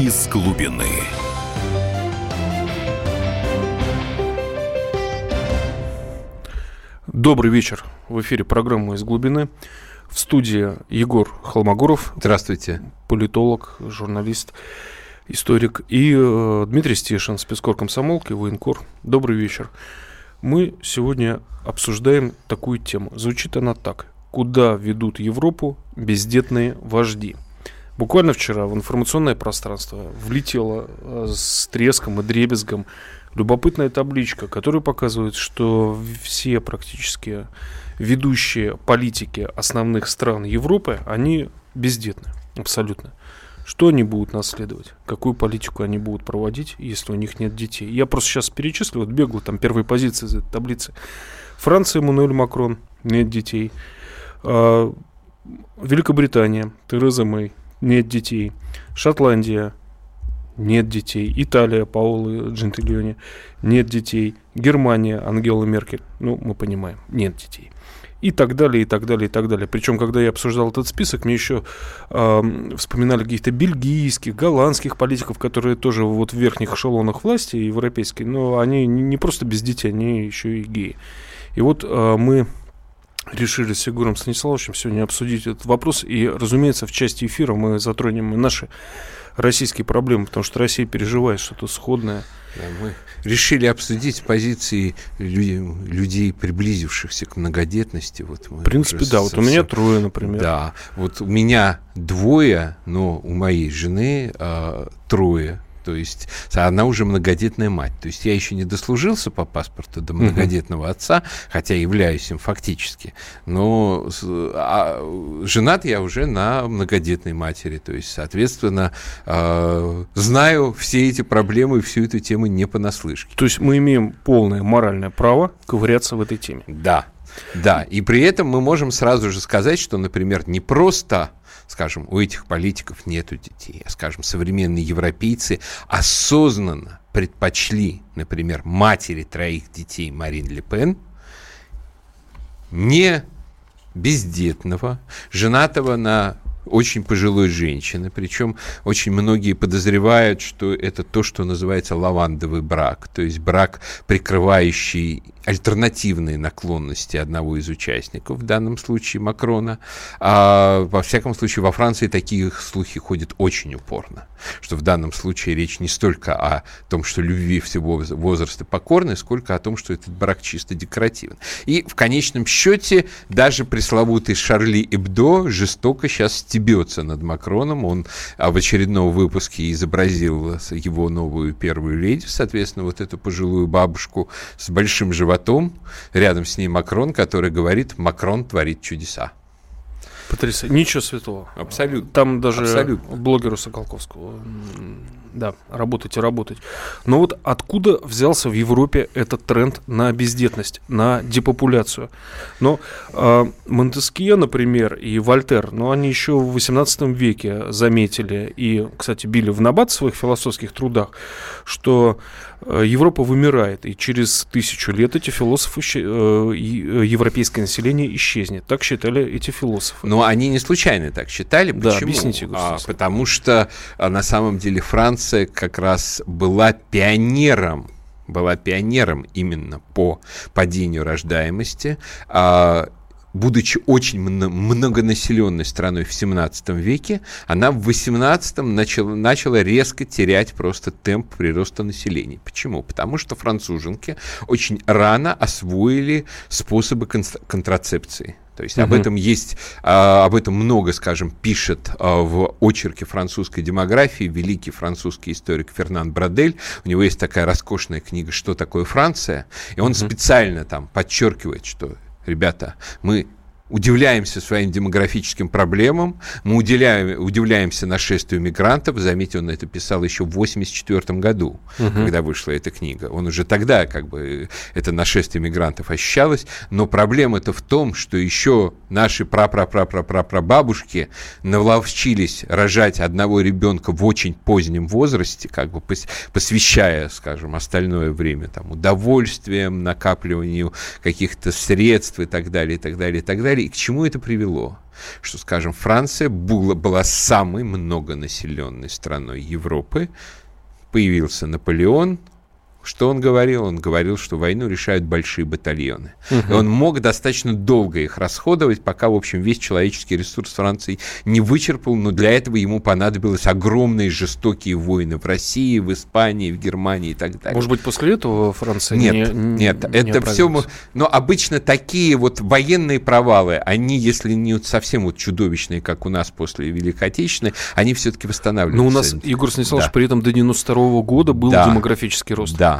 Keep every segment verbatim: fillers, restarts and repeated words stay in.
из глубины. Добрый вечер. В эфире программа «Из глубины». В студии Егор Холмогоров. Здравствуйте. Политолог, журналист, историк. И э, Дмитрий Стешин, спецкор комсомолки, военкор. Добрый вечер. Мы сегодня обсуждаем такую тему. Звучит она так. Куда ведут Европу бездетные вожди? Буквально вчера в информационное пространство влетела э, с треском и дребезгом любопытная табличка, которая показывает, что все практически ведущие политики основных стран Европы, они бездетны, абсолютно. Что они будут наследовать? Какую политику они будут проводить, если у них нет детей? Я просто сейчас перечислю, вот бегло, там первые позиции из этой таблицы. Франция, Эммануэль Макрон, нет детей. А, Великобритания, Тереза Мэй, нет детей. Шотландия, нет детей. Италия, Паоло Джентильони, нет детей. Германия, Ангела Меркель, ну, мы понимаем, нет детей. И так далее, и так далее, и так далее. Причем, когда я обсуждал этот список, мне еще э, вспоминали каких-то бельгийских, голландских политиков, которые тоже вот в верхних эшелонах власти европейской, но они не просто без детей, они еще и геи. И вот э, мы решили с Егором Станиславовичем сегодня обсудить этот вопрос. И, разумеется, в части эфира мы затронем и наши российские проблемы, потому что Россия переживает что-то сходное. Да, мы решили обсудить позиции людей, людей, приблизившихся к многодетности. Вот мы в принципе, да. Вот у меня трое, например. Да. Вот у меня двое, но у моей жены а, трое. То есть она уже многодетная мать. То есть я еще не дослужился по паспорту до многодетного uh-huh. отца, хотя являюсь им фактически. Но а, женат я уже на многодетной матери. То есть, соответственно, э, знаю все эти проблемы и всю эту тему не понаслышке. То есть мы имеем полное моральное право ковыряться в этой теме. Да. Да, и при этом мы можем сразу же сказать, что, например, не просто, скажем, у этих политиков нету детей, а, скажем, современные европейцы осознанно предпочли, например, матери троих детей Марин Ле Пен не бездетного, женатого на очень пожилой женщины, причем очень многие подозревают, что это то, что называется лавандовый брак, то есть брак, прикрывающий альтернативные наклонности одного из участников, в данном случае Макрона. А, во всяком случае, во Франции такие слухи ходят очень упорно, что в данном случае речь не столько о том, что любви всего возраста покорны, сколько о том, что этот брак чисто декоративен. И в конечном счете даже пресловутый Шарли Эбдо жестоко сейчас стебется над Макроном. Он в очередном выпуске изобразил его новую первую леди, соответственно, вот эту пожилую бабушку с большим животом. Рядом с ней Макрон, который говорит: «Макрон творит чудеса». Потрясающе. Ничего святого. Абсолютно. Там даже Абсолютно. блогеру Соколковскому. Да, работать и работать. Но вот откуда взялся в Европе этот тренд на бездетность, на депопуляцию? Но э, Монтескье, например, и Вольтер, ну, они еще в восемнадцатом веке заметили и, кстати, били в набат в своих философских трудах, что э, Европа вымирает, и через тысячу лет эти философы, э, европейское население исчезнет. Так считали эти философы. Но они не случайно так считали. Да, почему? Объясните, а, потому что а, на самом деле Франция как раз была пионером, была пионером именно по падению рождаемости, а, будучи очень многонаселенной страной в семнадцатом веке, она в восемнадцатом начала, начала резко терять просто темп прироста населения. Почему? Потому что француженки очень рано освоили способы контрацепции. То есть uh-huh. об этом есть, а, об этом много, скажем, пишет а, в очерке французской демографии великий французский историк Фернан Брадель. У него есть такая роскошная книга «Что такое Франция?», и он uh-huh. специально там подчеркивает, что, ребята, мы удивляемся своим демографическим проблемам, мы уделяем, удивляемся нашествию мигрантов. Заметьте, он это писал еще в восемьдесят четвёртом году, uh-huh. когда вышла эта книга. Он уже тогда как бы это нашествие мигрантов ощущалось, но проблема-то в том, что еще наши пра-пра-пра-пра-пра-бабушки наловчились рожать одного ребенка в очень позднем возрасте, как бы посвящая, скажем, остальное время там удовольствием, накапливанию каких-то средств и так далее, и так далее, и так далее. И к чему это привело? что, скажем, Франция была, была самой многонаселенной страной Европы. Появился Наполеон. Что он говорил? Он говорил, что войну решают большие батальоны. Uh-huh. И он мог достаточно долго их расходовать, пока, в общем, весь человеческий ресурс Франции не вычерпал, но для этого ему понадобилось огромные жестокие войны в России, в Испании, в Германии и так далее. Может быть, после этого Франция нет, не Нет, не это все... Но обычно такие вот военные провалы, они, если не совсем вот чудовищные, как у нас после Великой Отечественной, они все-таки восстанавливаются. Но у нас, Егор Станиславович, да. при этом до девяносто второго года был да. демографический рост. Да.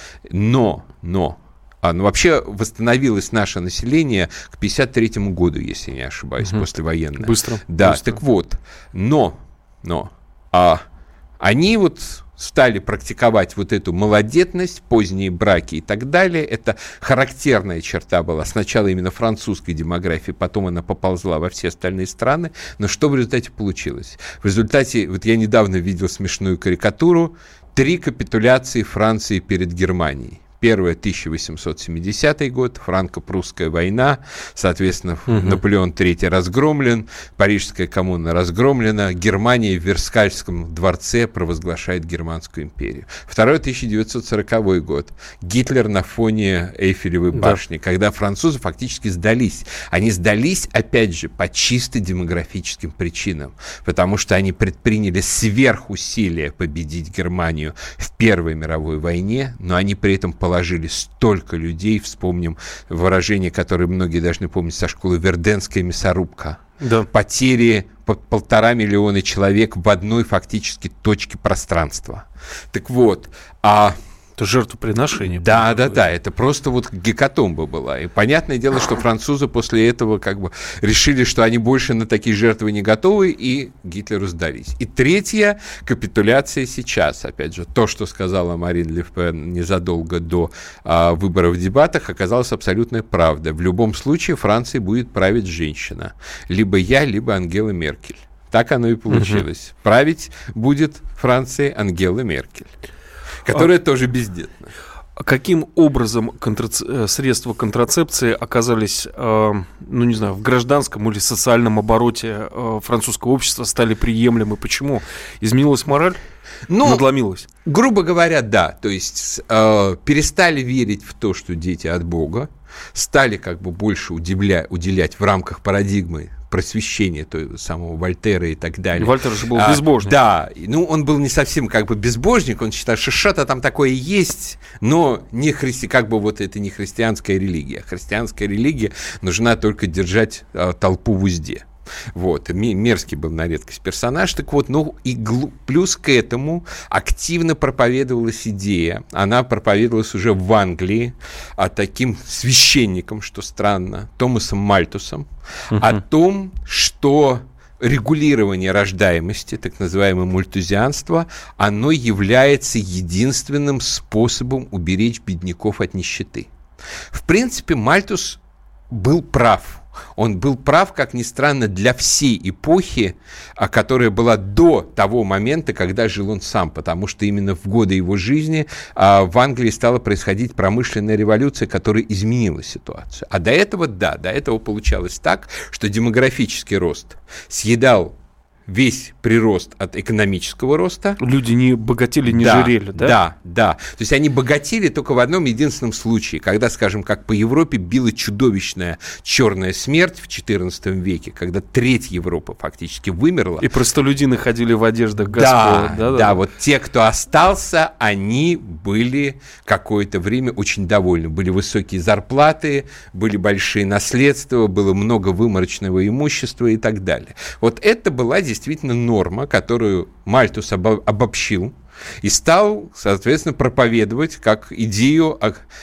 Но, но, а, ну, вообще восстановилось наше население к пятьдесят третьему году, если не ошибаюсь, угу. послевоенное. Быстро. Да, быстро. Так вот, но, но, а, они вот стали практиковать вот эту малодетность, поздние браки и так далее. Это характерная черта была сначала именно французской демографии, потом она поползла во все остальные страны. Но что в результате получилось? В результате, вот я недавно видел смешную карикатуру, три капитуляции Франции перед Германией. Первая — тысяча восемьсот семидесятый год, франко-прусская война, соответственно, угу. Наполеон третий разгромлен, Парижская коммуна разгромлена, Германия в Версальском дворце провозглашает Германскую империю. Второй — тысяча девятьсот сороковой год, Гитлер на фоне Эйфелевой башни, да. когда французы фактически сдались. Они сдались, опять же, по чисто демографическим причинам, потому что они предприняли сверхусилия победить Германию в Первой мировой войне, но они при этом положили столько людей, вспомним выражение, которое многие должны помнить со школы, Верденская мясорубка. Да. Потери по полтора миллиона человек в одной фактически точке пространства. Так вот, а... Это жертвоприношение. Да, да, да, это просто вот гекатомба была. И понятное дело, что французы после этого как бы решили, что они больше на такие жертвы не готовы, и Гитлеру сдались. И третья капитуляция сейчас. Опять же, то, что сказала Марин Ле Пен незадолго до а, выборов в дебатах, оказалось абсолютной правдой. В любом случае Францией будет править женщина. Либо я, либо Ангела Меркель. Так оно и получилось. Угу. Править будет Францией Ангела Меркель, которая а, тоже бездетна. Каким образом контрац... средства контрацепции оказались, э, ну не знаю, в гражданском или социальном обороте э, французского общества, стали приемлемы? Почему? Изменилась мораль? Ну, надломилась? Грубо говоря, да. То есть э, перестали верить в то, что дети от Бога, стали как бы больше удивля... уделять в рамках парадигмы просвещения той самого Вольтера и так далее. Вольтер же был а, безбожник. Да, ну он был не совсем как бы безбожник, он считал, что что-то там такое есть, но не христи... как бы вот это не христианская религия. Христианская религия нужна только держать а, толпу в узде. Вот, мерзкий был на редкость персонаж. Так вот, ну и глу... плюс к этому активно проповедовалась идея. Она проповедовалась уже в Англии а, таким священником, что странно, Томасом Мальтусом, uh-huh. о том, что регулирование рождаемости, так называемое мальтузианство, оно является единственным способом уберечь бедняков от нищеты. В принципе, Мальтус был прав. Он был прав, как ни странно, для всей эпохи, которая была до того момента, когда жил он сам, потому что именно в годы его жизни в Англии стала происходить промышленная революция, которая изменила ситуацию. А до этого, да, до этого получалось так, что демографический рост съедал весь прирост от экономического роста. Люди не богатели, не да, жирели, да? Да, да. То есть они богатели только в одном единственном случае, когда, скажем, как по Европе била чудовищная черная смерть в четырнадцатом веке, когда треть Европы фактически вымерла. И простолюдины ходили в одеждах Господа. Да, да, да, да, вот те, кто остался, они были какое-то время очень довольны. Были высокие зарплаты, были большие наследства, было много выморочного имущества и так далее. Вот это была действительно действительно норма, которую Мальтус обобщил и стал, соответственно, проповедовать как идею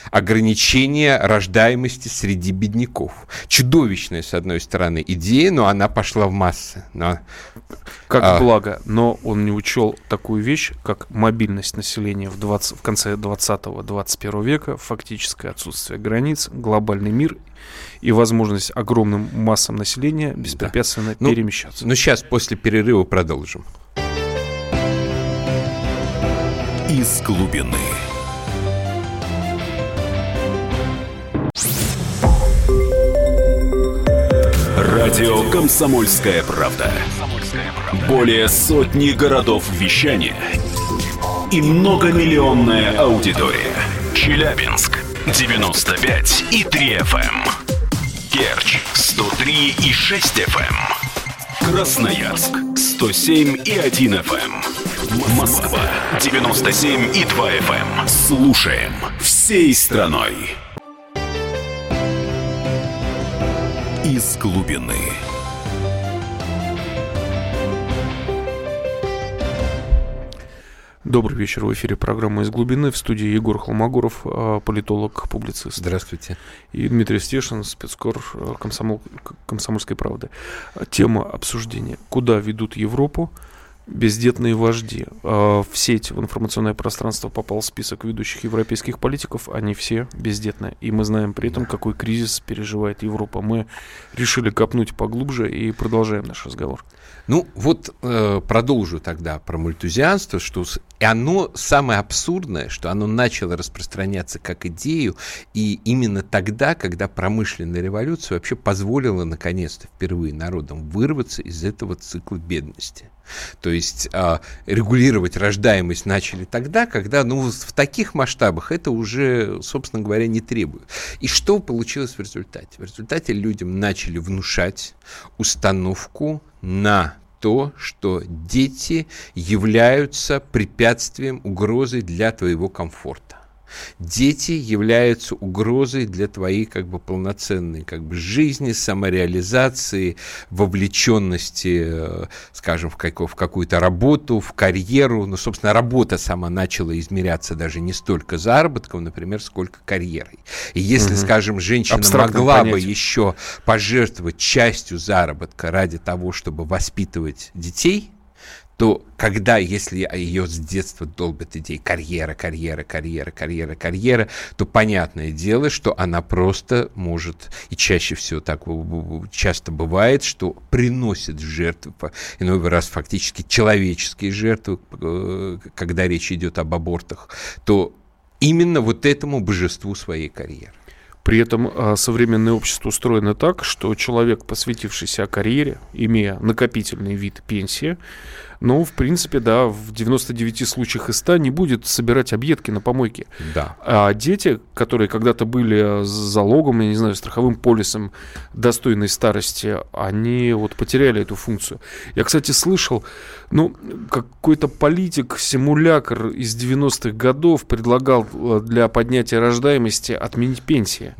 ограничения рождаемости среди бедняков. Чудовищная, с одной стороны, идея, но она пошла в массы. Но, как а... благо, но он не учел такую вещь, как мобильность населения в, двадцатом, в конце двадцатого — двадцать первого века, фактическое отсутствие границ, глобальный мир и возможность огромным массам населения беспрепятственно да. перемещаться. Ну, ну, сейчас после перерыва продолжим. Из глубины. Радио «Комсомольская правда». Более сотни городов вещания и многомиллионная аудитория. Челябинск девяносто пять и три эф эм. Керчь сто три и шесть эф эм. Красноярск сто семь и один эф эм. Москва девяносто семь и два эф эм. Слушаем всей страной. Из глубины. Добрый вечер. В эфире программа «Из глубины». В студии Егор Холмогоров, политолог, публицист. Здравствуйте. И Дмитрий Стешин, спецкор комсомол... «Комсомольской правды». Тема обсуждения: куда ведут Европу бездетные вожди. В сеть, в информационное пространство попал список ведущих европейских политиков. Они все бездетные. И мы знаем при этом, какой кризис переживает Европа. Мы решили копнуть поглубже и продолжаем наш разговор. Ну, вот э, продолжу тогда про мальтузианство, что и оно самое абсурдное, что оно начало распространяться как идею, и именно тогда, когда промышленная революция вообще позволила наконец-то впервые народам вырваться из этого цикла бедности. То есть э, регулировать рождаемость начали тогда, когда, ну, в таких масштабах это уже, собственно говоря, не требует. И что получилось в результате? В результате людям начали внушать установку на то, что дети являются препятствием, угрозой для твоего комфорта. Дети являются угрозой для твоей как бы полноценной как бы жизни, самореализации, вовлеченности, скажем, в, как, в какую-то работу, в карьеру. Ну, собственно, работа сама начала измеряться даже не столько заработком, например, сколько карьерой. И если, угу. скажем, женщина Абстрактное могла понятие. бы еще пожертвовать частью заработка ради того, чтобы воспитывать детей, то когда, если ее с детства долбят идеи карьера, карьера, карьера, карьера, карьера, то понятное дело, что она просто может, и чаще всего так часто бывает, что приносит жертвы, иной раз фактически человеческие жертвы, когда речь идет об абортах, то именно вот этому божеству своей карьеры. При этом современное общество устроено так, что человек, посвятившийся карьере, имея накопительный вид пенсии, но, в принципе, да, в девяноста девяти случаях из ста не будет собирать объедки на помойке. Да. А дети, которые когда-то были залогом, я не знаю, страховым полисом достойной старости, они вот потеряли эту функцию. Я, кстати, слышал, ну, какой-то политик, симулякр из девяностых годов предлагал для поднятия рождаемости отменить пенсии.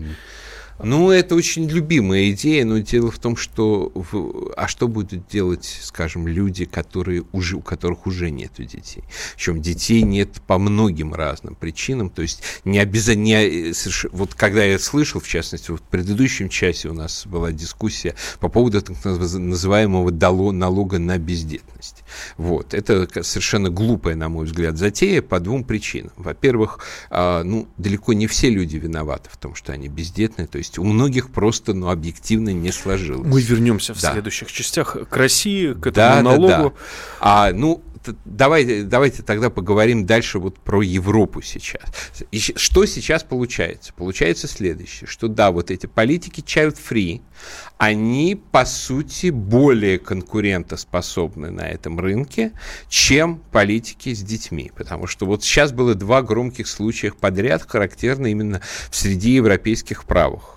Ну, это очень любимая идея, но дело в том, что... А что будут делать, скажем, люди, которые уже, у которых уже нет детей? Причем детей нет по многим разным причинам. То есть не обязательно... Не, вот когда я слышал, в частности, в предыдущем часе у нас была дискуссия по поводу так называемого налога на бездетность. Вот. Это совершенно глупая, на мой взгляд, затея по двум причинам. Во-первых, ну, далеко не все люди виноваты в том, что они бездетные. То есть у многих просто, ну, объективно не сложилось. Мы вернемся в да. следующих частях к России, к этому да, налогу. Да, да. А, ну, давайте, давайте тогда поговорим дальше вот про Европу сейчас. И что сейчас получается? Получается следующее, что да, вот эти политики child-free, они, по сути, более конкурентоспособны на этом рынке, чем политики с детьми. Потому что вот сейчас было два громких случая подряд, характерно именно в среди европейских правых.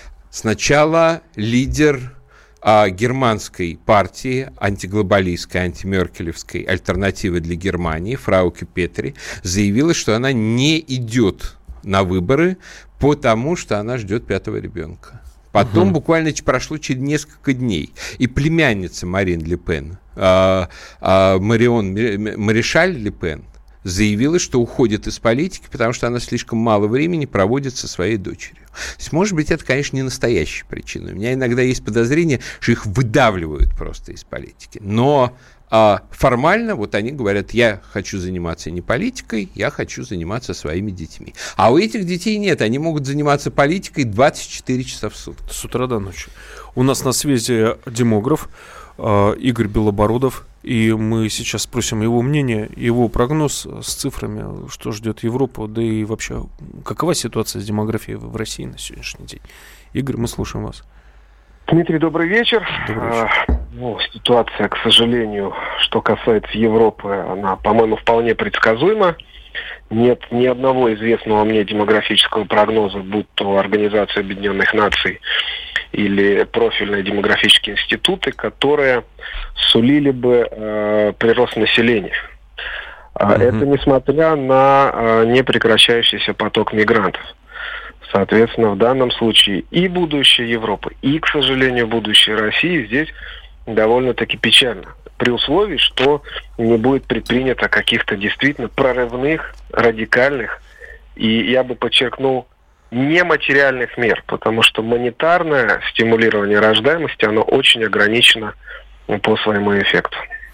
Сначала лидер а, германской партии, антиглобалистской, антимеркелевской альтернативы для Германии, Фрауке Петри, заявила, что она не идет на выборы, потому что она ждет пятого ребенка. Потом угу. буквально прошло через несколько дней, и племянница Марин Ле Пен, а, а, Марион Марешаль Ле Пен, заявила, что уходит из политики, потому что она слишком мало времени проводит со своей дочерью. То есть, может быть, это, конечно, не настоящая причина. У меня иногда есть подозрение, что их выдавливают просто из политики. Но а, формально вот они говорят, я хочу заниматься не политикой, я хочу заниматься своими детьми. А у этих детей нет, они могут заниматься политикой двадцать четыре часа в сутки. С утра до ночи. У нас на связи демограф Игорь Белобородов, и мы сейчас спросим его мнение, его прогноз с цифрами, что ждет Европу, да и вообще, какова ситуация с демографией в России на сегодняшний день. Игорь, мы слушаем вас. Дмитрий, добрый вечер. Добрый вечер. А, ну, ситуация, к сожалению, что касается Европы, она, по-моему, вполне предсказуема. Нет ни одного известного мне демографического прогноза, будь то Организация Объединенных Наций или профильные демографические институты, которые сулили бы э, прирост населения. Uh-huh. Это несмотря на э, непрекращающийся поток мигрантов. Соответственно, в данном случае и будущее Европы, и, к сожалению, будущее России здесь довольно-таки печально. При условии, что не будет предпринято каких-то действительно прорывных, радикальных и, я бы подчеркнул, нематериальных мер, потому что монетарное стимулирование рождаемости, оно очень ограничено по своему эффекту.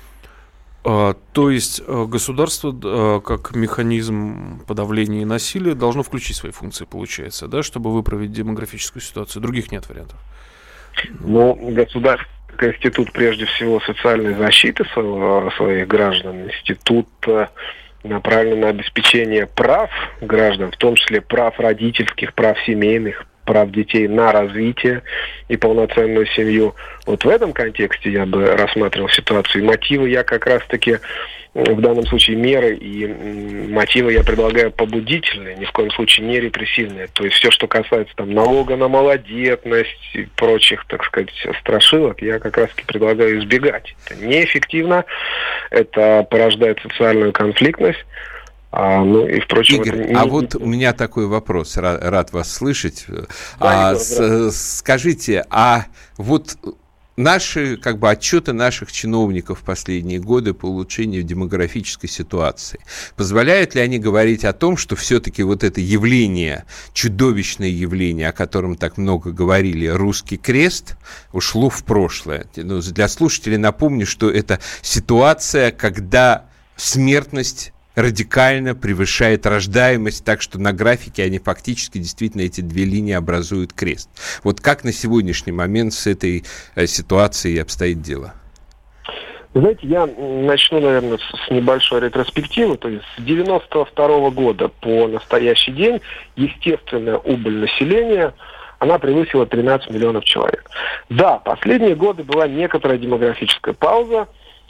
А, то есть государство, а, как механизм подавления насилия, должно включить свои функции, получается, да, чтобы выправить демографическую ситуацию. Других нет вариантов. Ну, государство, как институт, прежде всего, социальной защиты своего, своих граждан, институт, направленный на обеспечение прав граждан, в том числе прав родительских, прав семейных, прав детей на развитие и полноценную семью. Вот в этом контексте я бы рассматривал ситуацию. И мотивы я как раз-таки, в данном случае меры и мотивы я предлагаю побудительные, ни в коем случае не репрессивные. То есть все, что касается там налога на малодетность и прочих, так сказать, страшилок, я как раз-таки предлагаю избегать. Это неэффективно, это порождает социальную конфликтность. А, ну и, впрочем, Игорь, не... а вот у меня такой вопрос, рад, рад вас слышать. Да, а, Егор, с, скажите, а вот наши, как бы, отчеты наших чиновников в последние годы по улучшению демографической ситуации, позволяют ли они говорить о том, что все-таки вот это явление, чудовищное явление, о котором так много говорили, русский крест, ушло в прошлое? Ну, для слушателей напомню, что это ситуация, когда смертность радикально превышает рождаемость, так что на графике они фактически действительно эти две линии образуют крест. Вот как на сегодняшний момент с этой э, ситуацией обстоит дело? Вы знаете, я начну, наверное, с небольшой ретроспективы. То есть с девяносто второго года по настоящий день естественная убыль населения, она превысила тринадцать миллионов человек. Да, последние годы была некоторая демографическая пауза.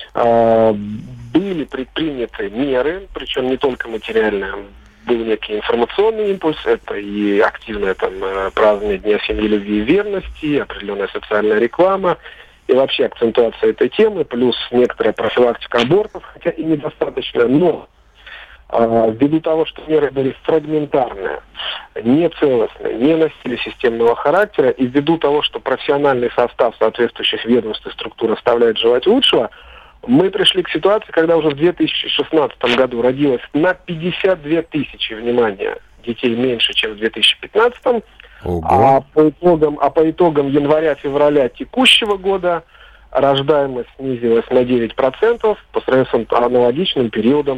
Были предприняты меры, причем не только материальные, был некий информационный импульс, это и активное там празднование Дня семьи, любви и верности, определенная социальная реклама, и вообще акцентуация этой темы, плюс некоторая профилактика абортов, хотя и недостаточно, но а, ввиду того, что меры были фрагментарные, не целостные, не носили системного характера, и ввиду того, что профессиональный состав соответствующих ведомств и структур оставляет желать лучшего, мы пришли к ситуации, когда уже в две тысячи шестнадцатом году родилось на пятьдесят две тысячи, внимание, детей меньше, чем в две тысячи пятнадцатом. А по итогам, а по итогам января-февраля текущего года рождаемость снизилась на девять процентов по сравнению с аналогичным периодом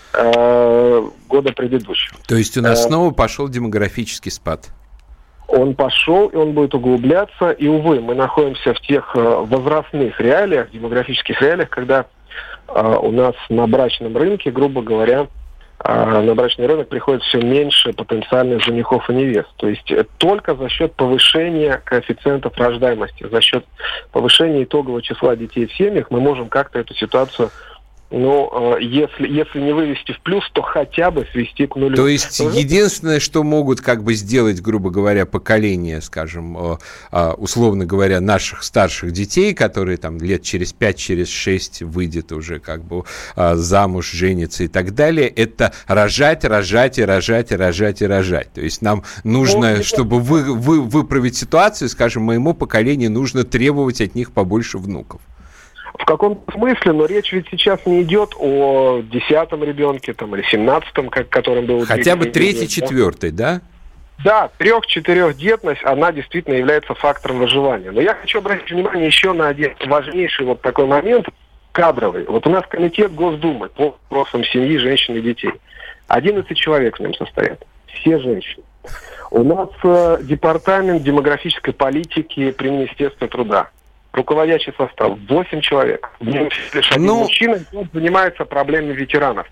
э, года предыдущего. То есть у нас э, снова пошел демографический спад? Он пошел, и он будет углубляться. И, увы, мы находимся в тех э, возрастных реалиях, демографических реалиях, когда э, у нас на брачном рынке, грубо говоря, э, на брачный рынок приходит все меньше потенциальных женихов и невест. То есть э, только за счет повышения коэффициентов рождаемости, за счет повышения итогового числа детей в семьях мы можем как-то эту ситуацию... Ну, если, если не вывести в плюс, то хотя бы свести к нулю. То есть единственное, что могут как бы сделать, грубо говоря, поколение, скажем, условно говоря, наших старших детей, которые там лет через пять, через шесть выйдет уже как бы замуж, женится и так далее, это рожать, рожать и рожать и рожать и рожать. То есть нам нужно, чтобы вы, вы, выправить ситуацию, скажем, моему поколению нужно требовать от них побольше внуков. В каком-то смысле, но речь ведь сейчас не идет о десятом ребенке там, или семнадцатом, как, которым был... Хотя бы третий, четвертый, да? Да, трех-четырехдетность, она действительно является фактором выживания. Но я хочу обратить внимание еще на один важнейший вот такой момент, кадровый. Вот у нас комитет Госдумы по вопросам семьи, женщин и детей. одиннадцать человек в нем состоят. Все женщины. У нас э, департамент демографической политики при Министерстве труда. Руководящий состав восемь человек. В нем лишь один ну... мужчина, он занимается проблемами ветеранов.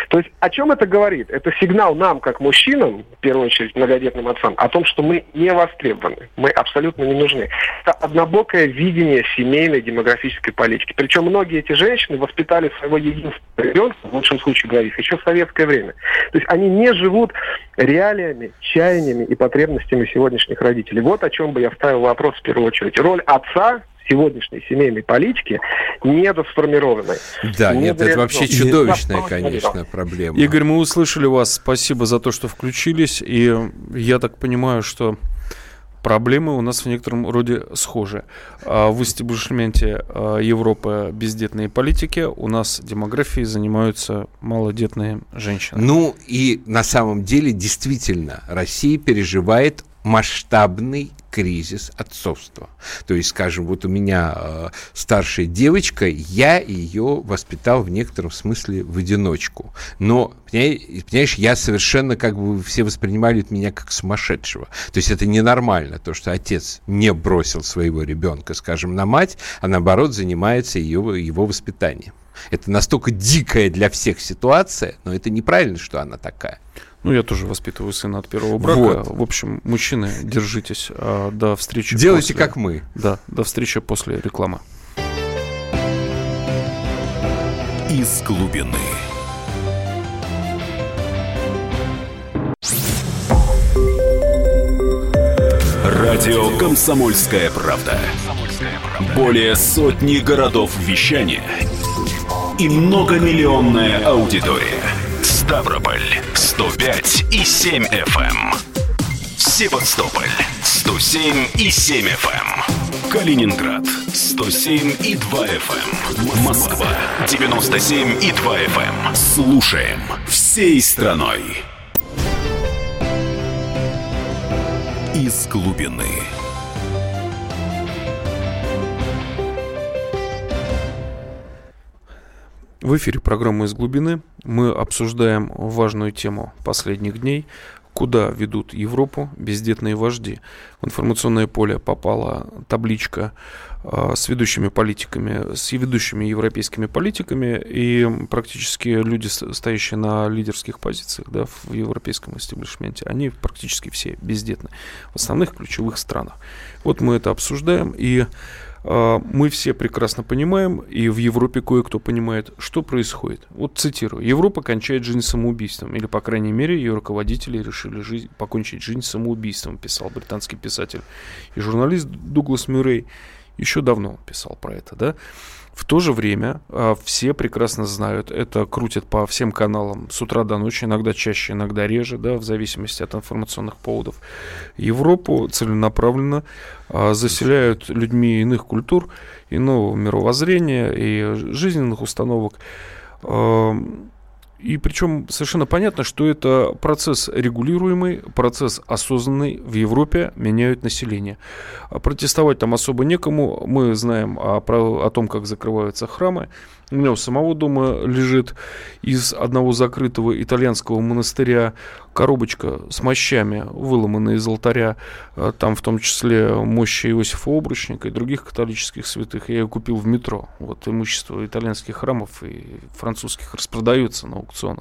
То есть о чем это говорит? Это сигнал нам, как мужчинам, в первую очередь многодетным отцам, о том, что мы не востребованы, мы абсолютно не нужны. Это однобокое видение семейной демографической политики. Причем многие эти женщины воспитали своего единственного ребенка, в лучшем случае говорить, еще в советское время. То есть они не живут реалиями, чаяниями и потребностями сегодняшних родителей. Вот о чем бы я вставил вопрос в первую очередь. Роль отца сегодняшней семейной политики недосформированной. Да, не нет, это вообще чудовищная, конечно, проблема. Игорь, мы услышали вас. Спасибо за то, что включились. И я так понимаю, что проблемы у нас в некотором роде схожи. В истеблишменте Европы бездетные политики, у нас демографией занимаются малодетные женщины. Ну и на самом деле действительно Россия переживает масштабный кризис отцовства. То есть, скажем, вот у меня э, старшая девочка, я ее воспитал в некотором смысле в одиночку. Но, понимаешь, я совершенно, как бы, все воспринимали меня как сумасшедшего. То есть это ненормально, то, что отец не бросил своего ребенка, скажем, на мать, а наоборот занимается ее, его воспитанием. Это настолько дикая для всех ситуация, но это неправильно, что она такая. Ну, я тоже воспитываю сына от первого брака. Вот. В общем, мужчины, держитесь. А, до встречи. Делайте, после... как мы. Да, до встречи после рекламы. Из глубины. Радио «Комсомольская правда». Более сотни городов вещания и многомиллионная аудитория. Ставрополь сто пять и семь эф эм. Севастополь сто семь и семь эф эм. Калининград сто семь и два эф эм. Москва девяносто семь и два эф эм. Слушаем всей страной. Из глубины. В эфире программы «Из глубины». Мы обсуждаем важную тему последних дней. Куда ведут Европу бездетные вожди? В информационное поле попала табличка э, с ведущими политиками, с ведущими европейскими политиками, и практически люди, стоящие на лидерских позициях, да, в европейском истеблишменте, они практически все бездетны в основных ключевых странах. Вот мы это обсуждаем, и мы все прекрасно понимаем, и в Европе кое-кто понимает, что происходит. Вот цитирую. «Европа кончает жизнь самоубийством». Или, по крайней мере, ее руководители решили жизнь, покончить жизнь самоубийством, писал британский писатель и журналист Дуглас Мюррей. Еще давно писал про это, да? В то же время а, все прекрасно знают, это крутят по всем каналам с утра до ночи, иногда чаще, иногда реже, да, в зависимости от информационных поводов. Европу целенаправленно а, заселяют людьми иных культур, иного мировоззрения и жизненных установок. А, И причем совершенно понятно, что это процесс регулируемый, процесс осознанный. В Европе меняют население. Протестовать там особо некому. Мы знаем о, о том, как закрываются храмы. У меня у самого дома лежит из одного закрытого итальянского монастыря коробочка с мощами, выломанная из алтаря. Там в том числе мощи Иосифа Обручника и других католических святых. Я ее купил в метро. Вот имущество итальянских храмов и французских распродается на аукционах.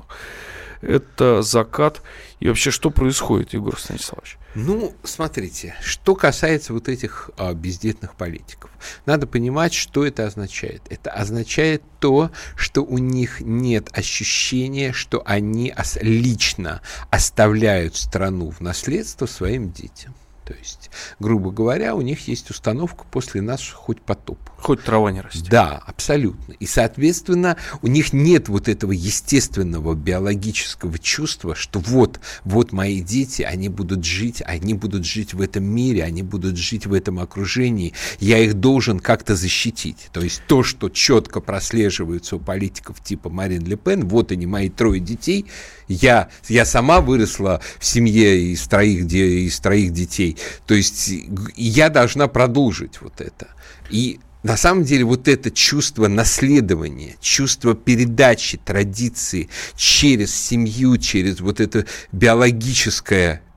Это закат. И вообще, что происходит, Егор Станиславович? Ну, смотрите, что касается вот этих а, бездетных политиков, надо понимать, что это означает. Это означает то, что у них нет ощущения, что они ос- лично оставляют страну в наследство своим детям. То есть, грубо говоря, у них есть установка «после нас хоть потоп». Хоть трава не растет. Да, абсолютно. И, соответственно, у них нет вот этого естественного биологического чувства, что вот, вот мои дети, они будут жить, они будут жить в этом мире, они будут жить в этом окружении, я их должен как-то защитить. То есть то, что четко прослеживается у политиков типа Марин Ле Пен, вот они, мои трое детей, я, я сама выросла в семье из троих, из троих детей, то есть я должна продолжить вот это. И на самом деле вот это чувство наследования, чувство передачи традиции через семью, через вот это биологическое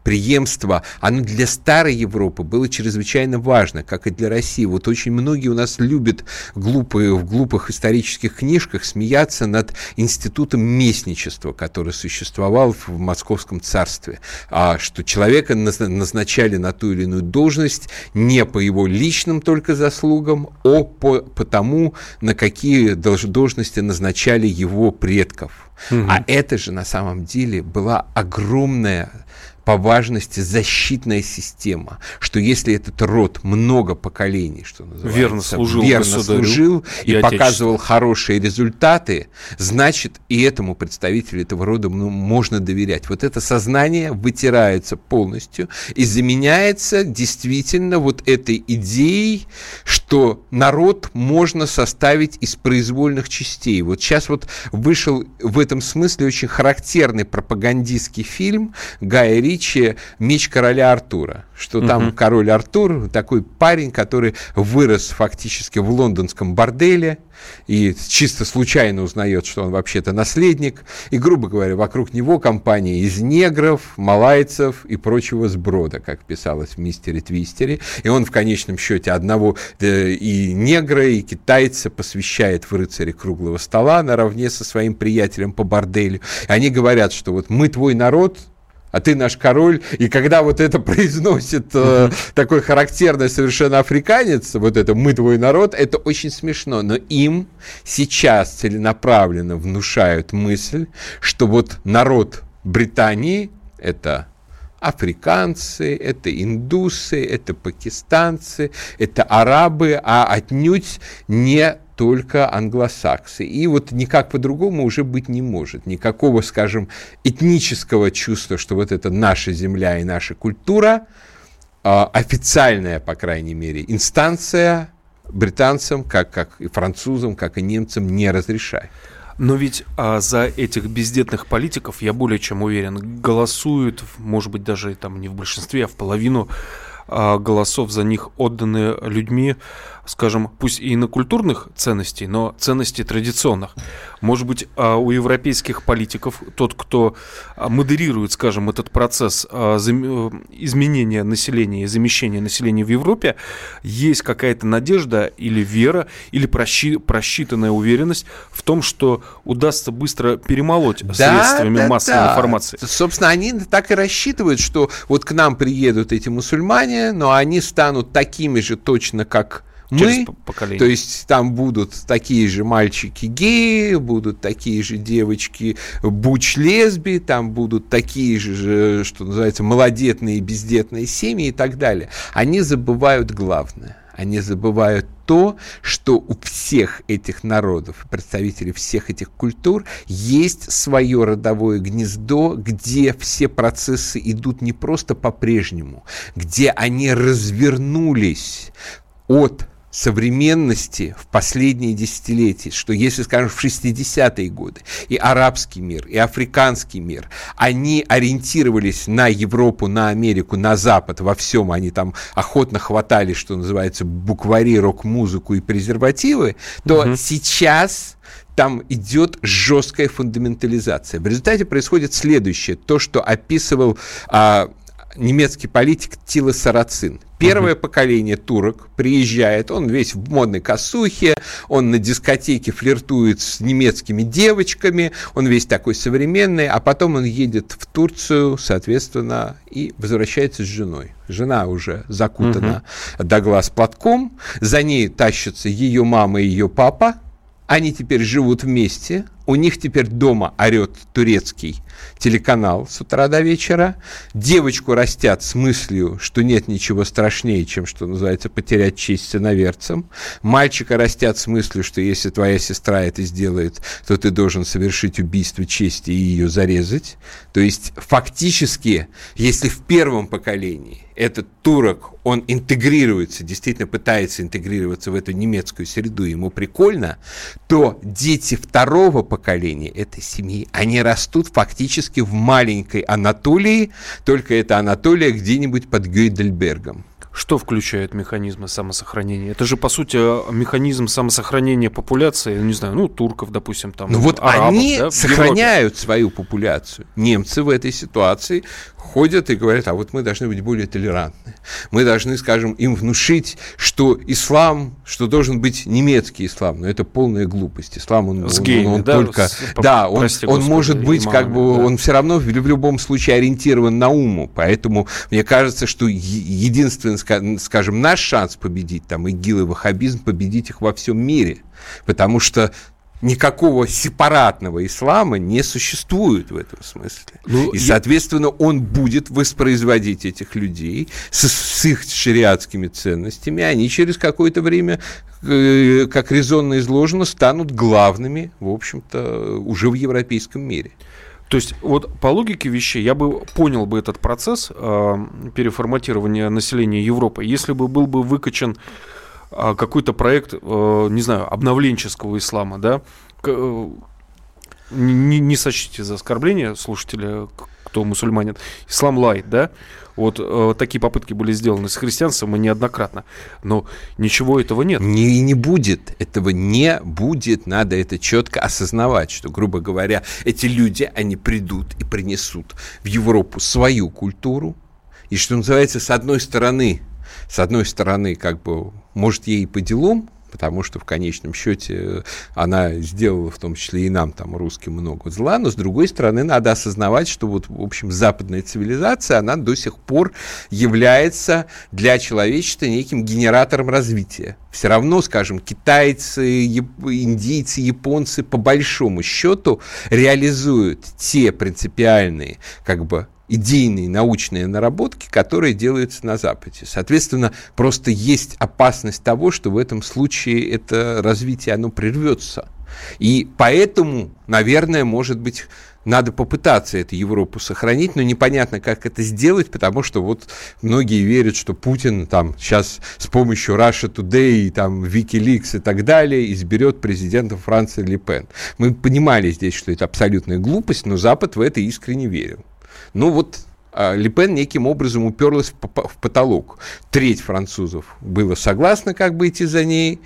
преемство, оно для старой Европы было чрезвычайно важно, как и для России. Вот очень многие у нас любят глупые, в глупых исторических книжках смеяться над институтом местничества, который существовал в Московском царстве, а что человека назначали на ту или иную должность не по его личным только заслугам, а по, по тому, на какие должности назначали его предков. Угу. А это же на самом деле была огромная по важности защитная система, что если этот род много поколений, что называется, верно служил, верно служил и, и показывал хорошие результаты, значит, и этому представителю этого рода ну, можно доверять. Вот это сознание вытирается полностью и заменяется действительно вот этой идеей, что народ можно составить из произвольных частей. Вот сейчас вот вышел в этом смысле очень характерный пропагандистский фильм Гая Ричи «Меч короля Артура», что там uh-huh. король Артур, такой парень, который вырос фактически в лондонском борделе и чисто случайно узнает, что он вообще-то наследник, и, грубо говоря, вокруг него компания из негров, малайцев и прочего сброда, как писалось в «Мистере Твистере», и он в конечном счете одного э, и негра, и китайца посвящает в рыцаре круглого стола наравне со своим приятелем по борделю. И они говорят, что вот мы твой народ, а ты наш король, и когда вот это произносит э, такой характерный совершенно африканец, вот это «мы твой народ», это очень смешно, но им сейчас целенаправленно внушают мысль, что вот народ Британии – это африканцы, это индусы, это пакистанцы, это арабы, а отнюдь не только англосаксы. И вот никак по-другому уже быть не может. Никакого, скажем, этнического чувства, что вот это наша земля и наша культура, официальная, по крайней мере, инстанция британцам, как, как и французам, как и немцам, не разрешает. Но ведь а, за этих бездетных политиков, я более чем уверен, голосуют, может быть, даже там не в большинстве, а в половину а, голосов за них отданы людьми, скажем, пусть и инокультурных ценностей, но ценностей традиционных. Может быть, у европейских политиков тот, кто модерирует, скажем, этот процесс изменения населения и замещения населения в Европе, есть какая-то надежда или вера, или просчитанная уверенность в том, что удастся быстро перемолоть да, средствами да, массовой да. информации. Собственно, они так и рассчитывают, что вот к нам приедут эти мусульмане, но они станут такими же точно, как мы, то есть там будут такие же мальчики-геи, будут такие же девочки буч-лесби, там будут такие же, что называется, малодетные, бездетные семьи и так далее. Они забывают главное. Они забывают то, что у всех этих народов, представителей всех этих культур, есть свое родовое гнездо, где все процессы идут не просто по-прежнему, где они развернулись от современности в последние десятилетия, что если, скажем, в шестидесятые годы и арабский мир, и африканский мир, они ориентировались на Европу, на Америку, на Запад, во всем они там охотно хватали, что называется, буквари, рок-музыку и презервативы, то угу. сейчас там идет жесткая фундаментализация. В результате происходит следующее, то, что описывал а, немецкий политик Тиле Сарацин. Первое uh-huh. поколение турок приезжает, он весь в модной косухе, он на дискотеке флиртует с немецкими девочками, он весь такой современный, а потом он едет в Турцию, соответственно, и возвращается с женой. Жена уже закутана uh-huh. до глаз платком, за ней тащатся ее мама и ее папа, они теперь живут вместе, у них теперь дома орет турецкий телеканал с утра до вечера. Девочку растят с мыслью, что нет ничего страшнее, чем, что называется, потерять честь с иноверцем. Мальчика растят с мыслью, что если твоя сестра это сделает, то ты должен совершить убийство чести и ее зарезать. То есть фактически, если в первом поколении этот турок, он интегрируется, действительно пытается интегрироваться в эту немецкую среду, ему прикольно, то дети второго поколения этой семьи, они растут фактически в маленькой Анатолии, только это Анатолия где-нибудь под Гейдельбергом. Что включает механизмы самосохранения? Это же, по сути, механизм самосохранения популяции, не знаю, ну, турков, допустим, там, ну, вот арабов, они да, сохраняют свою популяцию. Немцы в этой ситуации ходят и говорят, а вот мы должны быть более толерантны. Мы должны, скажем, им внушить, что ислам, что должен быть немецкий ислам, но это полная глупость. Ислам, он, с он, геями, он, он да? только... С, да, он, прости, он Господи, может быть, имамами, как бы, да. он все равно в, в любом случае ориентирован на уму. Поэтому мне кажется, что единственный, скажем, наш шанс победить там ИГИЛ и ваххабизм, победить их во всем мире. Потому что никакого сепаратного ислама не существует в этом смысле. Ну, и, я... соответственно, он будет воспроизводить этих людей с, с их шариатскими ценностями. Они через какое-то время, э, как резонно изложено, станут главными, в общем-то, уже в европейском мире. То есть, вот по логике вещей я бы понял бы этот процесс э, переформатирования населения Европы, если бы был бы выкачан э, какой-то проект, э, не знаю, обновленческого ислама, да? К, э, не, не сочтите за оскорбление слушателя, кто мусульманин. Ислам лайт, да? Вот э, такие попытки были сделаны с христианством и неоднократно. Но ничего этого нет. Не, не будет. Этого не будет. Надо это четко осознавать, что, грубо говоря, эти люди, они придут и принесут в Европу свою культуру. И, что называется, с одной стороны, с одной стороны, как бы, может, ей и по делам, потому что в конечном счете она сделала, в том числе и нам, там, русским, много зла, но, с другой стороны, надо осознавать, что, вот, в общем, западная цивилизация, она до сих пор является для человечества неким генератором развития. Все равно, скажем, китайцы, яп- индийцы, японцы, по большому счету, реализуют те принципиальные, как бы, идейные научные наработки, которые делаются на Западе. Соответственно, просто есть опасность того, что в этом случае это развитие, оно прервется. И поэтому, наверное, может быть, надо попытаться эту Европу сохранить, но непонятно, как это сделать, потому что вот многие верят, что Путин там сейчас с помощью Russia Today, там, WikiLeaks и так далее изберет президента Франции Ле Пен. Мы понимали здесь, что это абсолютная глупость, но Запад в это искренне верил. Ну вот Ле Пен неким образом уперлась в потолок. Треть французов было согласно как бы идти за ней,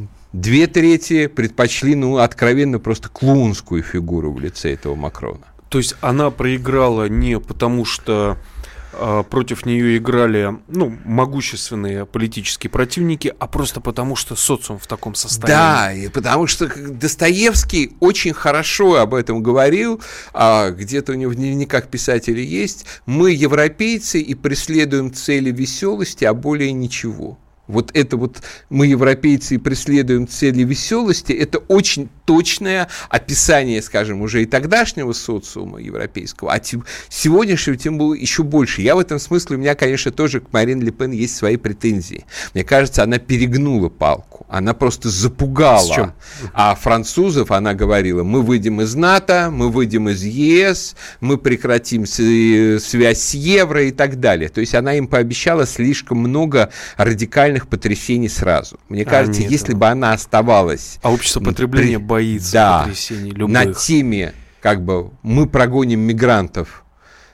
две трети предпочли, ну, откровенно просто клоунскую фигуру в лице этого Макрона. То есть она проиграла не потому, что э, против нее играли, ну, могущественные политические противники, а просто потому, что социум в таком состоянии. Да, и потому что Достоевский очень хорошо об этом говорил, а где-то у него в дневниках писателей есть: мы европейцы и преследуем цели веселости, а более ничего. Вот это вот мы, европейцы, и преследуем цели веселости, это очень точное описание, скажем, уже и тогдашнего социума европейского, а тем, сегодняшнего тем было еще больше. Я в этом смысле, у меня, конечно, тоже к Марин Ле Пен есть свои претензии. Мне кажется, она перегнула палку, она просто запугала. А французов она говорила: мы выйдем из НАТО, мы выйдем из ЕС, мы прекратим связь с евро и так далее. То есть она им пообещала слишком много радикальных потрясений сразу. Мне кажется, а, если бы она оставалась... А общество потребления при... боится да, потрясений любых. На теме, как бы, мы прогоним мигрантов,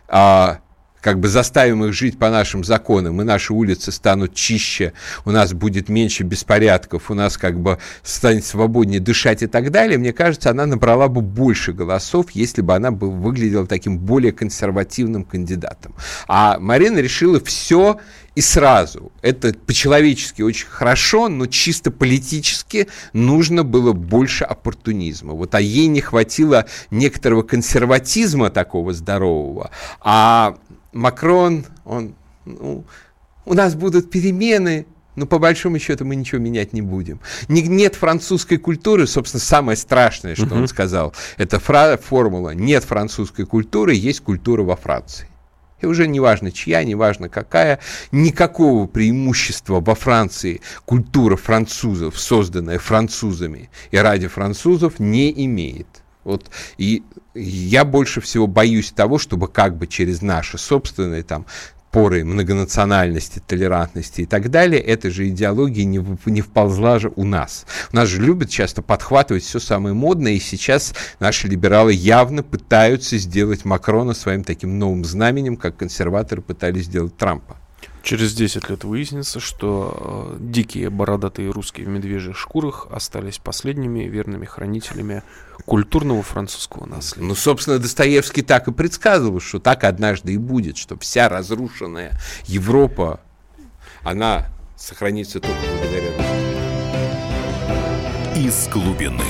а, как бы заставим их жить по нашим законам, и наши улицы станут чище, у нас будет меньше беспорядков, у нас как бы станет свободнее дышать и так далее, мне кажется, она набрала бы больше голосов, если бы она бы выглядела таким более консервативным кандидатом. А Марина решила все и сразу. Это по-человечески очень хорошо, но чисто политически нужно было больше оппортунизма. Вот, а ей не хватило некоторого консерватизма такого здорового. А Макрон, он, ну, у нас будут перемены, но по большому счету мы ничего менять не будем. Не, нет французской культуры, собственно, самое страшное, что uh-huh. он сказал, это фра- формула: нет французской культуры, есть культура во Франции. И уже не важно чья, не важно какая, никакого преимущества во Франции культура французов, созданная французами и ради французов, не имеет. Вот. И я больше всего боюсь того, чтобы как бы через наши собственные там поры многонациональности, толерантности и так далее, эта же идеология не, не вползла же у нас. У нас же любят часто подхватывать все самое модное, и сейчас наши либералы явно пытаются сделать Макрона своим таким новым знаменем, как консерваторы пытались сделать Трампа. Через десять лет выяснится, что э, дикие бородатые русские в медвежьих шкурах остались последними верными хранителями культурного французского наследия. Ну, собственно, Достоевский так и предсказывал, что так однажды и будет, что вся разрушенная Европа, она сохранится только благодаря русским. Из глубины.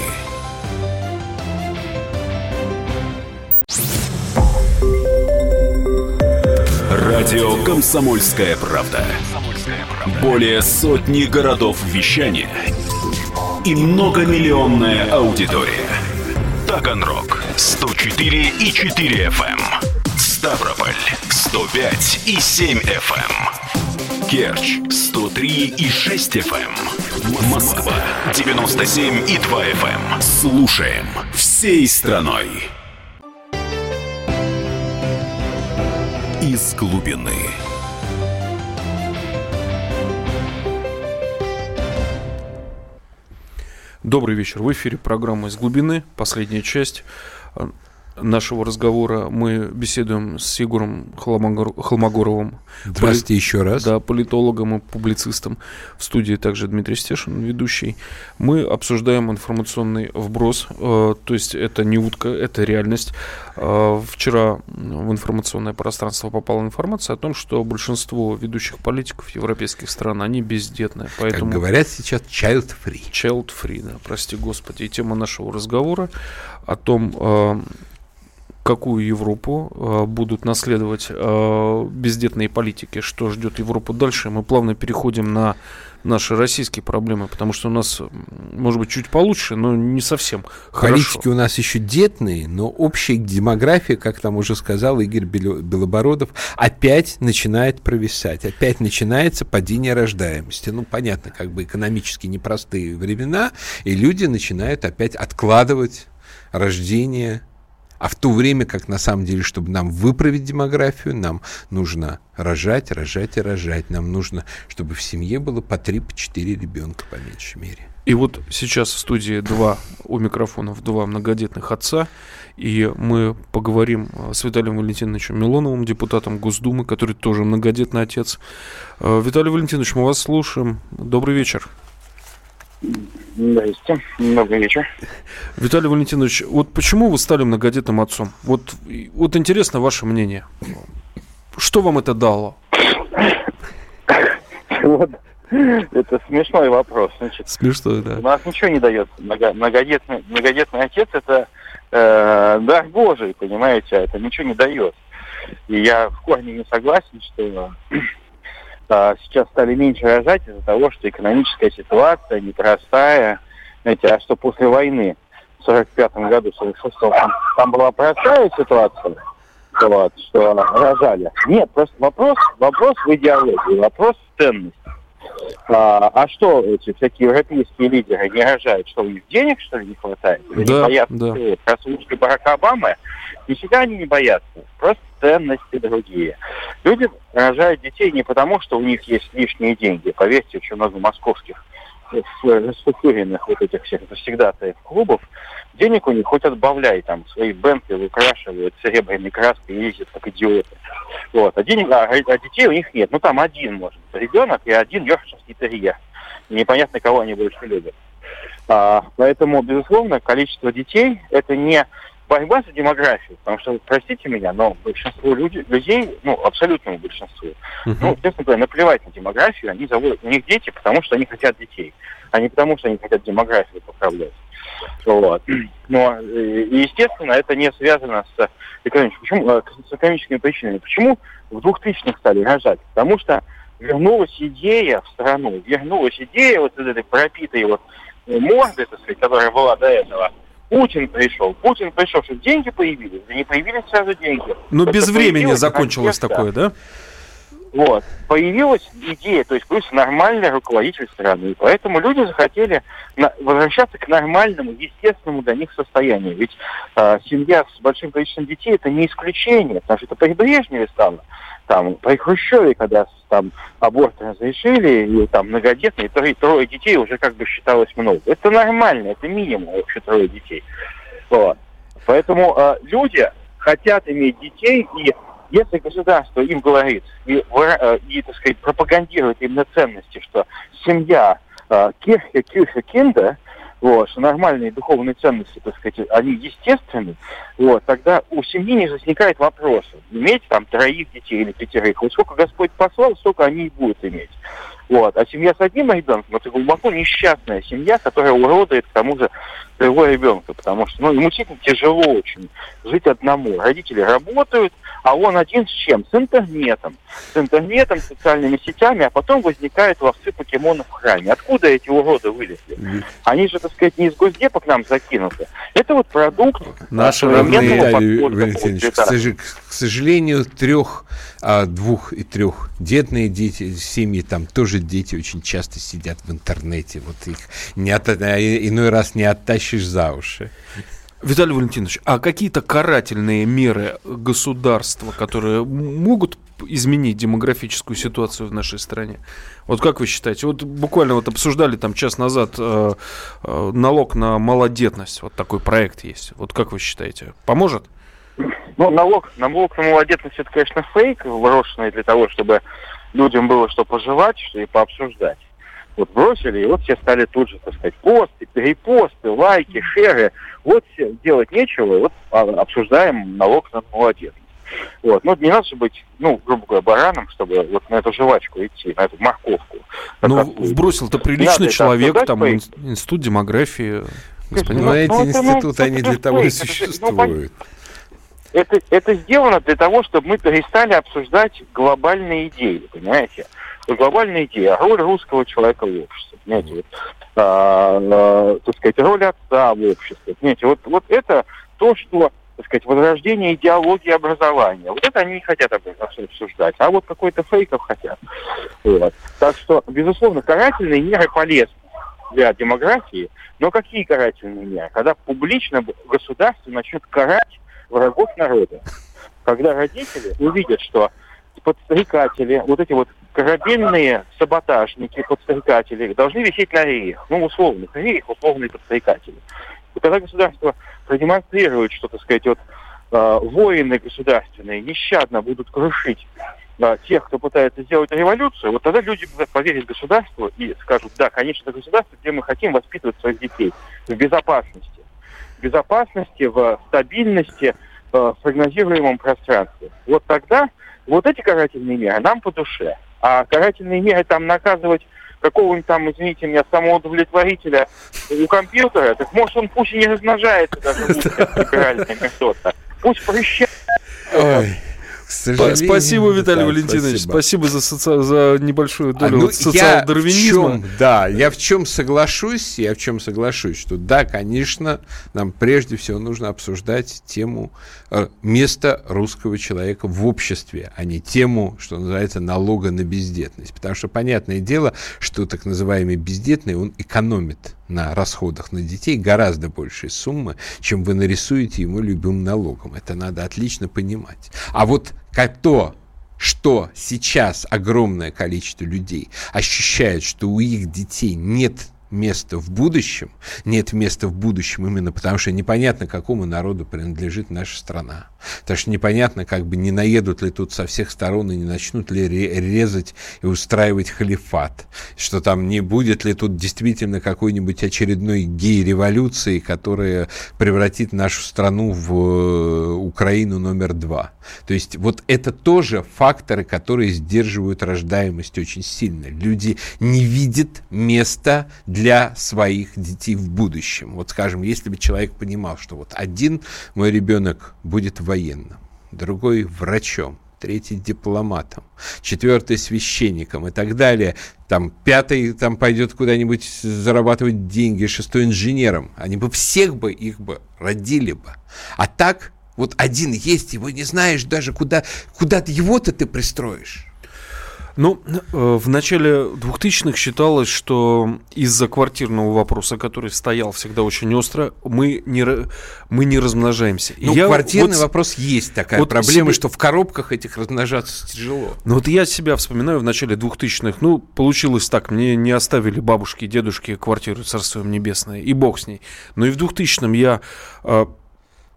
Радио «Комсомольская правда». Более сотни городов вещания и многомиллионная аудитория. Таганрог сто четыре и четыре эф эм, Ставрополь сто пять и семь эф эм, Керчь сто три и шесть эф эм, Москва девяносто семь и два эф эм. Слушаем всей страной. Из глубины. Добрый вечер. В эфире программа «Из глубины». Последняя часть нашего разговора. Мы беседуем с Егором Холмогор... Холмогоровым. Здравствуйте поли... еще раз. Да, политологом и публицистом. В студии также Дмитрий Стешин, ведущий. Мы обсуждаем информационный вброс. Э, то есть это не утка, это реальность. Э, вчера в информационное пространство попала информация о том, что большинство ведущих политиков европейских стран, они бездетные. Поэтому... Как говорят сейчас, child-free. Child-free, да, прости господи. И тема нашего разговора о том... Э, какую Европу э, будут наследовать э, бездетные политики, что ждет Европу дальше. Мы плавно переходим на наши российские проблемы, потому что у нас, может быть, чуть получше, но не совсем хорошо. Политики у нас еще детные, но общая демография, как там уже сказал Игорь Белобородов, опять начинает провисать, опять начинается падение рождаемости. Ну, понятно, как бы экономически непростые времена, и люди начинают опять откладывать рождение. А в то время, как на самом деле, чтобы нам выправить демографию, нам нужно рожать, рожать и рожать. Нам нужно, чтобы в семье было по три, по четыре ребенка, по меньшей мере. И вот сейчас в студии два, у микрофонов два многодетных отца. И мы поговорим с Виталием Валентиновичем Милоновым, депутатом Госдумы, который тоже многодетный отец. Виталий Валентинович, мы вас слушаем. Добрый вечер. Здрасте, добрый вечер. Виталий Валентинович, вот почему вы стали многодетным отцом? Вот, вот интересно ваше мнение. Что вам это дало? Вот, это смешной вопрос. Значит, смешной, да. У нас ничего не дает. Многодетный, многодетный отец – это э, дар Божий, понимаете, а это ничего не дает. И я в корне не согласен, что... сейчас стали меньше рожать из-за того, что экономическая ситуация непростая. Знаете, а что после войны в сорок пятом году, сорок шестом, там, там была простая ситуация, вот, что рожали. Нет, просто вопрос, вопрос в идеологии, вопрос в ценности. А, а что эти всякие европейские лидеры не рожают? Что, у них денег, что ли, не хватает? Или да, не боятся да. прослушки Барака Обамы? Нифига они не боятся. Просто ценности другие. Люди рожают детей не потому, что у них есть лишние деньги. Поверьте, очень много московских расфуфыренных вот этих всех завсегдатаев клубов. Денег у них хоть отбавляй, там, свои Бентли выкрашивают серебряной краской и ездят как идиоты. Вот. А, денег, а, а детей у них нет. Ну, там один, может, ребенок и один йоркширский терьер. Непонятно, кого они больше любят. А, поэтому, безусловно, количество детей – это не борьба за демографию, потому что, простите меня, но большинство людей, людей ну, абсолютному большинству, uh-huh. ну, честно говоря, наплевать на демографию, они заводят у них дети, потому что они хотят детей, а не потому, что они хотят демографию поправлять. Вот. Но, естественно, это не связано с экономическими, почему, с экономическими причинами. Почему в двухтысячных стали рожать? Потому что вернулась идея в страну, вернулась идея вот этой пропитой вот морды, так сказать, которая была до этого. Путин пришел. Путин пришел, что деньги появились. Да не появились сразу деньги. Но это без времени закончилось такое, да? Вот. Появилась идея, то есть плюс нормальный руководитель страны. Поэтому люди захотели на, возвращаться к нормальному, естественному для них состоянию. Ведь э, семья с большим количеством детей – это не исключение, потому что это при Брежневе стало. Там, при Хрущеве, когда там аборт разрешили, и там многодетные, трое, трое детей уже как бы считалось много. Это нормально, это минимум вообще трое детей. Вот. Поэтому э, люди хотят иметь детей, и Если государство им говорит и, и так сказать, пропагандирует именно ценности, что семья кирхе, кирхе, кинда, вот, что нормальные духовные ценности, так сказать, они естественны, вот, тогда у семьи не возникает вопроса, иметь там троих детей или пятерых. Вот сколько Господь послал, столько они и будут иметь. Вот. А семья с одним ребенком — это глубоко несчастная семья, которая уродует к тому же своего ребенка, потому что ну, ему действительно тяжело очень жить одному. Родители работают, а он один с чем? С интернетом. С интернетом, социальными сетями, а потом возникают ловцы покемонов в храме. Откуда эти уроды вылезли? Они же, так сказать, не из Госдепа к нам закинуты. Это вот продукт нашего Виталий, к сожалению, трех, а, двух- и трехдетные дети, семьи, там тоже дети очень часто сидят в интернете. Вот их не от, иной раз не оттащишь за уши. Виталий Валентинович, а какие-то карательные меры государства, которые могут изменить демографическую ситуацию в нашей стране? Вот как вы считаете? Вот буквально вот обсуждали там час назад э, э, налог на малодетность. Вот такой проект есть. Вот как вы считаете? Поможет? Ну, налог, налог на малодетность — это, конечно, фейк, брошенный для того, чтобы людям было что пожевать, что и пообсуждать. Вот бросили, и вот все стали тут же, так сказать, посты, перепосты, лайки, шеры. Вот все, делать нечего, вот обсуждаем налог на малодетность. Вот. Ну, не надо же быть, ну, грубо говоря, бараном, чтобы вот на эту жвачку идти, на эту морковку. Ну, вбросил-то приличный человек, там, фейк. Институт демографии. Господин, но эти ну, институты, ну, они для того и существуют. Это, это сделано для того, чтобы мы перестали обсуждать глобальные идеи, понимаете? Глобальная идея, роль русского человека в обществе, понимаете, вот, а, а, так сказать, роль отца в обществе, понимаете, вот, вот это то, что, так сказать, возрождение идеологии образования, вот это они не хотят обсуждать, а вот какой-то фейков хотят. Вот. Так что, безусловно, карательные меры полезны для демографии, но какие карательные меры? Когда публично государство начнет карать врагов народа, когда родители увидят, что подстрекатели, вот эти вот корабельные саботажники, подстрекатели, должны висеть на реях, ну, условных реях, условные подстрекатели. И когда государство продемонстрирует, что, так сказать, вот э, воины государственные нещадно будут крушить э, тех, кто пытается сделать революцию, вот тогда люди поверят государству и скажут: да, конечно, это государство, где мы хотим воспитывать своих детей в безопасности. В безопасности, в стабильности, в прогнозируемом пространстве. Вот тогда вот эти карательные меры нам по душе. А карательные меры там наказывать какого-нибудь там, извините меня, самоудовлетворителя у компьютера, так может он пусть и не размножается даже либеральная метода. Пусть прощает. Спасибо, Виталий Валентинович. Спасибо, спасибо за, соци... за небольшую долю а, ну, вот социал-дарвинизма. Да, я в чем соглашусь, я в чем соглашусь, что да, конечно, нам прежде всего нужно обсуждать тему э, места русского человека в обществе, а не тему, что называется, налога на бездетность. Потому что понятное дело, что так называемый бездетный, он экономит на расходах на детей гораздо большие суммы, чем вы нарисуете ему любым налогом. Это надо отлично понимать. А вот то, что сейчас огромное количество людей ощущает, что у их детей нет места в будущем, нет места в будущем именно потому, что непонятно, какому народу принадлежит наша страна. Потому что непонятно, как бы не наедут ли тут со всех сторон и не начнут ли резать и устраивать халифат. Что там не будет ли тут действительно какой-нибудь очередной гей-революции, которая превратит нашу страну в Украину номер два. То есть вот это тоже факторы, которые сдерживают рождаемость очень сильно. Люди не видят места для своих детей в будущем. Вот, скажем, если бы человек понимал, что вот один мой ребенок будет военным, другой врачом, третий дипломатом, четвертый священником и так далее, там пятый там пойдет куда-нибудь зарабатывать деньги, шестой инженером, они бы всех бы их бы родили бы. А так вот один есть, его не знаешь даже, куда, куда его-то ты пристроишь. Ну, в начале двухтысячных считалось, что из-за квартирного вопроса, который стоял всегда очень остро, мы не, мы не размножаемся. Ну, я квартирный вот, вот есть такая вот проблема, себе... что в коробках этих размножаться тяжело. Ну, вот я себя вспоминаю в начале двухтысячных. Ну, получилось так, мне не оставили бабушки и дедушки квартиру, царство им небесное, и бог с ней. Но и в двухтысячном я...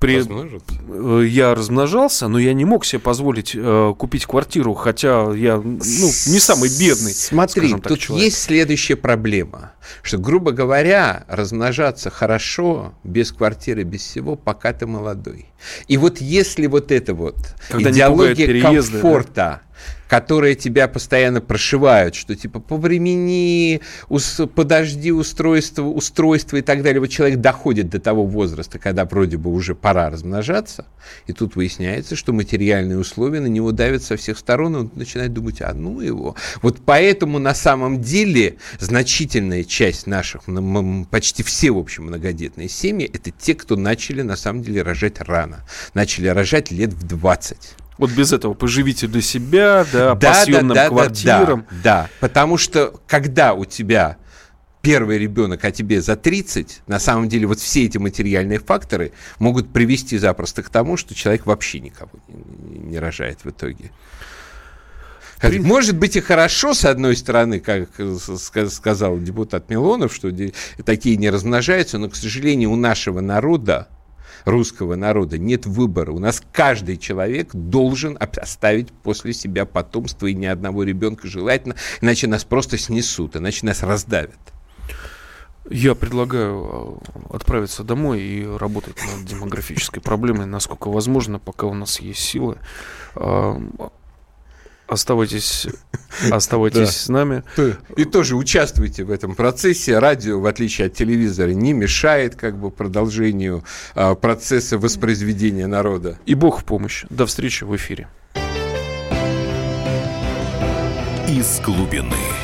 При... Я размножался, но я не мог себе позволить э, купить квартиру, хотя я ну, не самый бедный. Смотри, так, тут человек. Есть следующая проблема, что, грубо говоря, размножаться хорошо, без квартиры, без всего, пока ты молодой. И вот если вот эта вот Когда идеология комфорта, да? которые тебя постоянно прошивают, что типа повремени, ус, подожди устройство, устройство и так далее. Вот человек доходит до того возраста, когда вроде бы уже пора размножаться, и тут выясняется, что материальные условия на него давят со всех сторон, и он начинает думать, а ну его. Вот поэтому на самом деле значительная часть наших, почти все, в общем, многодетные семьи, это те, кто начали на самом деле рожать рано. Начали рожать лет в двадцать. Вот без этого поживите для себя, да, да по съемным да, да, квартирам. Да, да, потому что когда у тебя первый ребенок, а тебе за тридцать, на самом деле вот все эти материальные факторы могут привести запросто к тому, что человек вообще никого не, не рожает в итоге. При... Может быть и хорошо, с одной стороны, как сказал депутат Милонов, что такие не размножаются, но, к сожалению, у нашего народа, русского народа нет выбора. У нас каждый человек должен оставить после себя потомство, и ни одного ребенка желательно, иначе нас просто снесут, иначе нас раздавят. Я предлагаю отправиться домой и работать над демографической проблемой, насколько возможно, пока у нас есть силы. Оставайтесь, оставайтесь да. с нами. И тоже участвуйте в этом процессе. Радио, в отличие от телевизора, не мешает как бы продолжению а, процесса воспроизведения народа. И Бог в помощь. До встречи в эфире. Из глубины.